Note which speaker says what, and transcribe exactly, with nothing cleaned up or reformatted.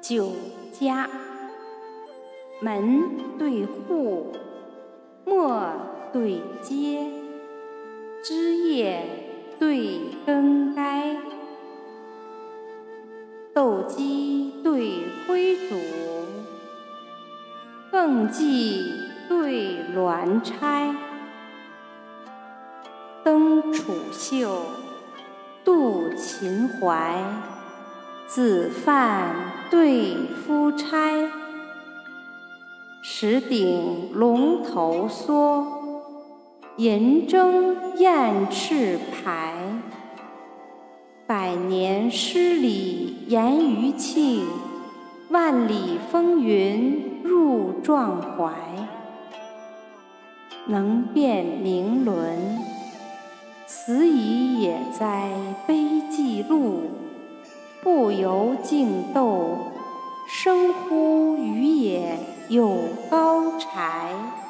Speaker 1: 九家，门对户，陌对街，枝叶对根该，斗鸡对灰煮，更记对鸾钗。登楚秀，渡秦淮，子范对夫差。石顶龙头缩，银筝燕翅排。百年诗礼言余庆，万里风云入壮怀。能辨明伦，死矣也在悲寂录。不由竞斗，生乎于野有高柴。